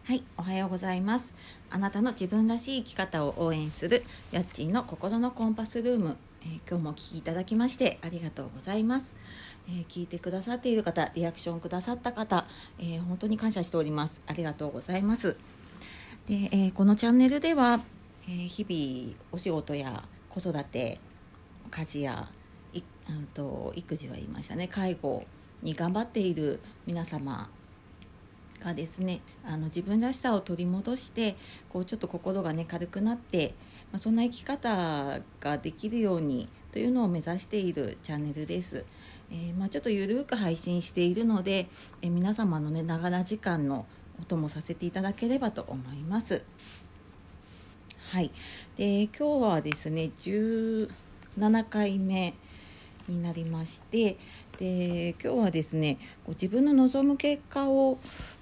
はい、おはようございます。あなたの自分らしい生き方を応援するやっちーの心のコンパスルーム、今日もお聞きいただきましてありがとうございます。聞いてくださっている方、リアクションくださった方、本当に感謝しております。ありがとうございます。で、このチャンネルでは、日々お仕事や子育て、家事や育児は言いましたね、介護に頑張っている皆様がですね、自分らしさを取り戻してちょっと心がね軽くなって、そんな生き方ができるようにというのを目指しているチャンネルです。ちょっとゆるく配信しているので、皆様のねながら時間のお供させていただければと思います。はい。で、今日はですね17回目になりまして、で今日はですね自分の望む結果を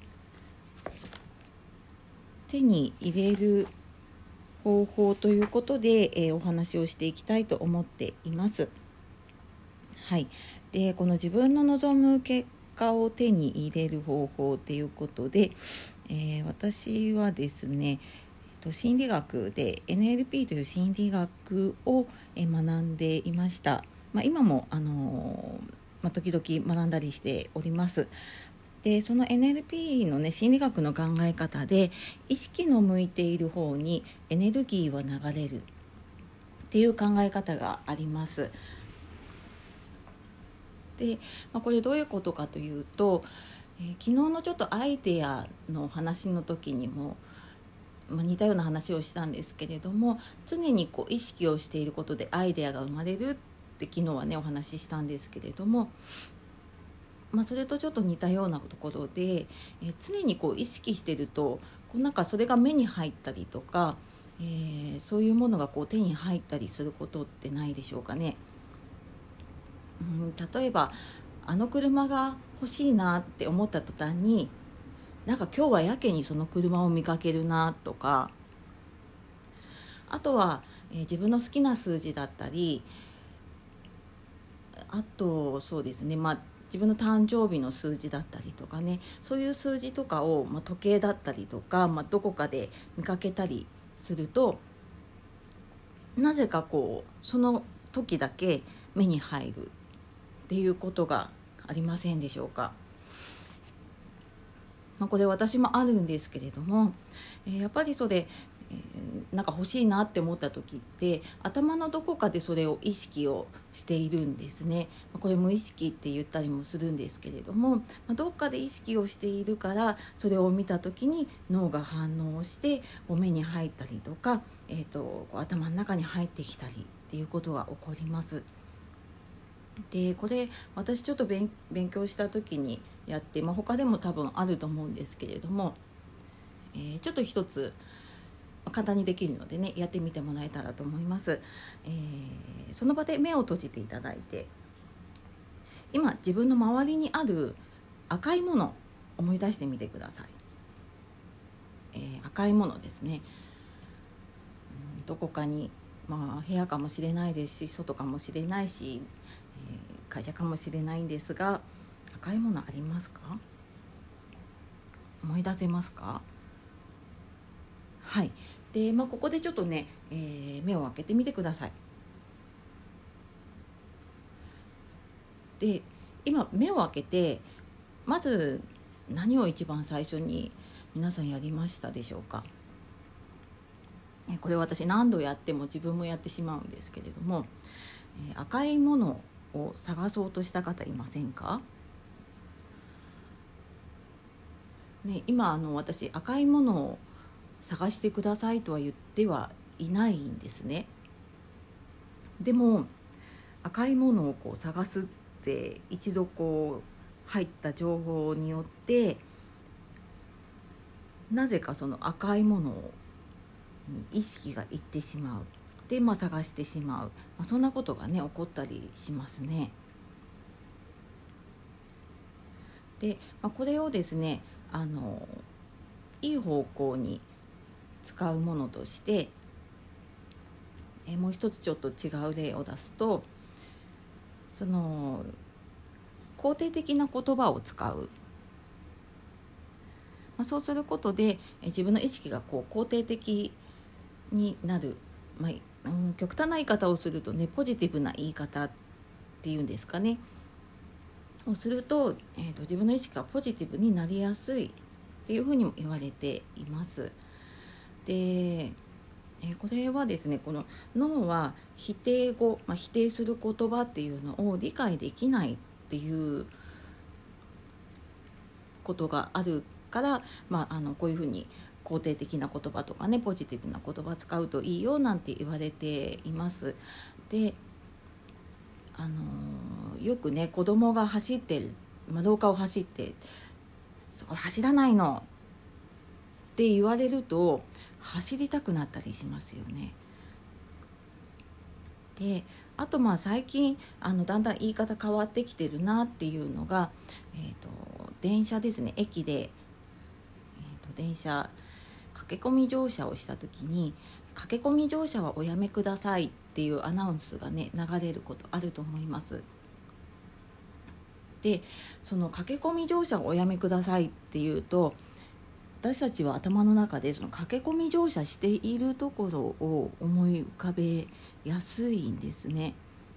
手に入れる方法ということで、お話をしていきたいと思っています。はい。で、この自分の望む結果を手に入れる方法ということで、私はですね、心理学で NLP という心理学を学んでいました。今も時々学んだりしております。でその NLP のね心理学の考え方で、意識の向いている方にエネルギーは流れるっていう考え方があります。で、これどういうことかというと、昨日のちょっとアイデアの話の時にも、似たような話をしたんですけれども、常に意識をしていることでアイデアが生まれるって昨日はねお話ししたんですけれども、それとちょっと似たようなところで、常に意識してるとなんかそれが目に入ったりとか、そういうものが手に入ったりすることってないでしょうかね。例えばあの車が欲しいなって思った途端に、なんか今日はやけにその車を見かけるなとか、あとは、自分の好きな数字だったり、あとそうですね、自分の誕生日の数字だったりとかね、そういう数字とかを、時計だったりとか、どこかで見かけたりすると、なぜかその時だけ目に入るっていうことがありませんでしょうか。これ私もあるんですけれども、やっぱりそれ、なんか欲しいなって思った時って頭のどこかでそれを意識をしているんですね。これ無意識って言ったりもするんですけれども、どっかで意識をしているから、それを見た時に脳が反応をして目に入ったりとか、頭の中に入ってきたりっていうことが起こります。でこれ私ちょっと勉強した時にやって、他でも多分あると思うんですけれども、ちょっと一つ簡単にできるのでねやってみてもらえたらと思います。その場で目を閉じていただいて、今自分の周りにある赤いものを思い出してみてください。赤いものですね。どこかに、部屋かもしれないですし、外かもしれないし、会社かもしれないんですが、赤いものありますか？思い出せますか？はい。で、ここでちょっとね、目を開けてみてください。で、今目を開けて、まず何を一番最初に皆さんやりましたでしょうか？これ私何度やっても自分もやってしまうんですけれども、赤いものを探そうとした方いませんか？今私赤いものを探してくださいとは言ってはいないんですね。でも赤いものを探すって一度入った情報によって、なぜかその赤いものに意識がいってしまう。で、探してしまう、そんなことがね起こったりしますね。で、これをですねいい方向に使うものとして、もう一つちょっと違う例を出すと、その肯定的な言葉を使う、 そうすることで自分の意識が肯定的になる、極端な言い方をするとね、ポジティブな言い方っていうんですかね、をすると、自分の意識がポジティブになりやすいっていうふうにも言われています。で、これはですね、この脳は否定語、否定する言葉っていうのを理解できないっていうことがあるから、こういうふうに肯定的な言葉とかね、ポジティブな言葉使うといいよなんて言われています。で、よくね、子供が走ってる、廊下を走ってそこ走らないのって言われると走りたくなったりしますよね。で、あと最近だんだん言い方変わってきてるなっていうのが、電車ですね。駅で、電車駆け込み乗車をした時に、駆け込み乗車はおやめくださいっていうアナウンスがね流れることあると思います。で、その駆け込み乗車をおやめくださいっていうと、私たちは頭の中でその駆け込み乗車しているところを思い浮かべやすいんですね。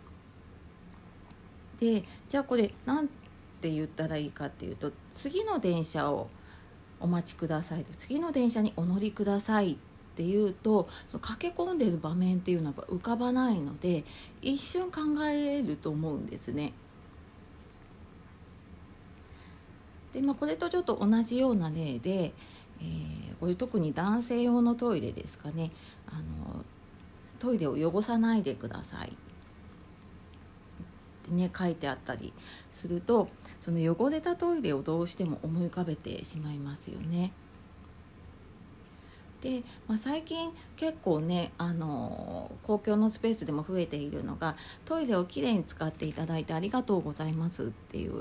で、じゃあこれなんて言ったらいいかっていうと、次の電車をお待ちください、次の電車にお乗りくださいっていうと、その駆け込んでる場面っていうのは浮かばないので、一瞬考えると思うんですね。で、これとちょっと同じような例で、これ特に男性用のトイレですかね、トイレを汚さないでくださいってね書いてあったりすると、その汚れたトイレをどうしても思い浮かべてしまいますよね。で、最近結構ね、公共のスペースでも増えているのが、トイレをきれいに使っていただいてありがとうございますっていう、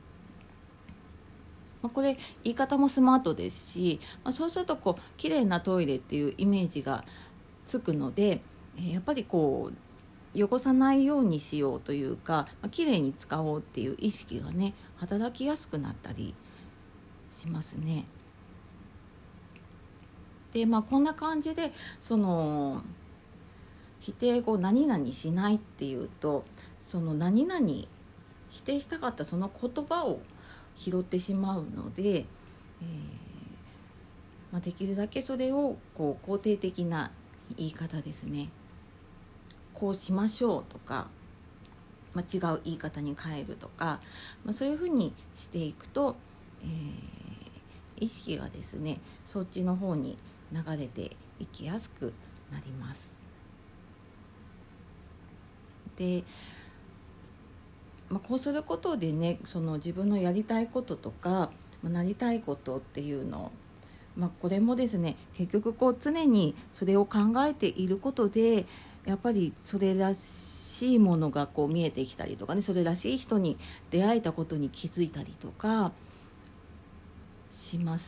これ言い方もスマートですし、そうするときれいなトイレっていうイメージがつくので、やっぱり汚さないようにしようというか、きれいに使おうっていう意識がね働きやすくなったりしますね。で、こんな感じで、その否定語何々しないっていうと、その何々否定したかったその言葉を拾ってしまうので、できるだけそれを肯定的な言い方ですね、こうしましょうとか、違う言い方に変えるとか、そういうふうにしていくと、意識がですねそっちの方に流れていきやすくなります。で、こうすることでね、その自分のやりたいこととか、なりたいことっていうのを、これもですね、結局常にそれを考えていることで、やっぱりそれらしいものが見えてきたりとかね、それらしい人に出会えたことに気づいたりとかします。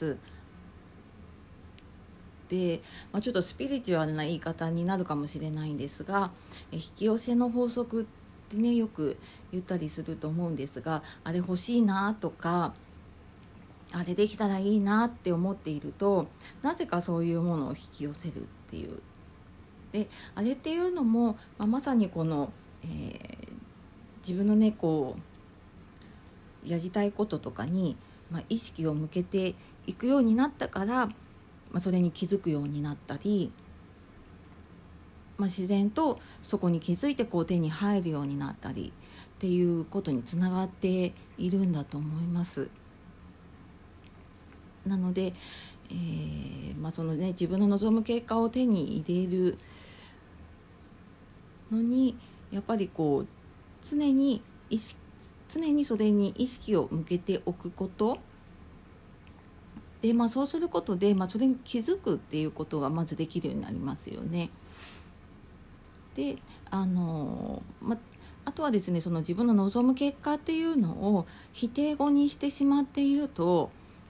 で、ちょっとスピリチュアルな言い方になるかもしれないんですが、引き寄せの法則ってねよく言ったりすると思うんですが、あれ欲しいなとか、あれできたらいいなって思っていると、なぜかそういうものを引き寄せるっていう。で、あれっていうのも、まさにこの、自分のねやりたいこととかに、意識を向けていくようになったから、それに気づくようになったり、自然とそこに気づいて手に入るようになったりっていうことにつながっているんだと思います。なので、そのね、自分の望む結果を手に入れるのに、やっぱり常にそれに意識を向けておくことで、そうすることで、それに気づくっていうことがまずできるようになりますよね。で、あとはですね、その自分の望む結果っていうのを否定語にしてしまっていると、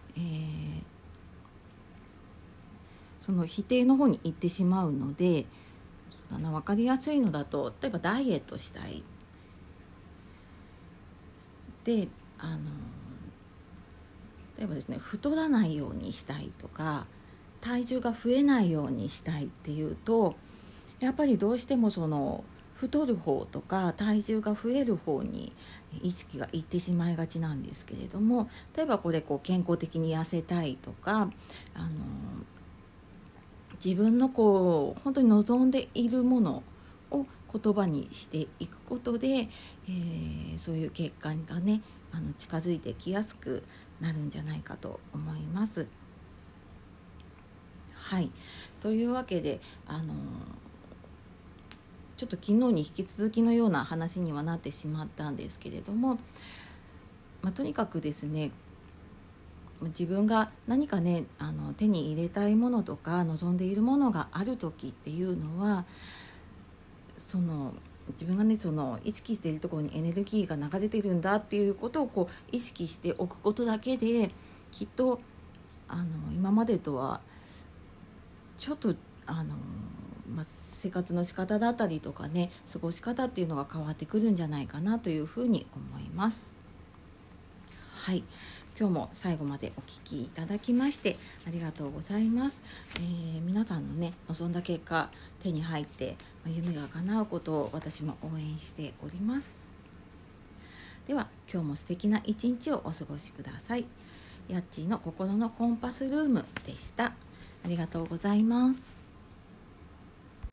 その否定の方に行ってしまうので、分かりやすいのだと、例えばダイエットしたいで、 例えばですね、太らないようにしたいとか体重が増えないようにしたいっていうと、やっぱりどうしてもその太る方とか体重が増える方に意識がいってしまいがちなんですけれども、例えばこれ健康的に痩せたいとか、自分の本当に望んでいるものを言葉にしていくことで、そういう結果がね近づいてきやすくなるんじゃないかと思います。はい、というわけでちょっと昨日に引き続きのような話にはなってしまったんですけれども、とにかくですね、自分が何かね手に入れたいものとか望んでいるものがある時っていうのは、自分がね意識しているところにエネルギーが流れてるんだっていうことを意識しておくことだけで、きっと今までとはちょっと生活の仕方だったりとかね、過ごし方っていうのが変わってくるんじゃないかなというふうに思います。はい、今日も最後までお聞きいただきましてありがとうございます。皆さんのね望んだ結果手に入って、夢が叶うことを私も応援しております。では今日も素敵な一日をお過ごしください。やっちーの心のコンパスルームでした。ありがとうございます。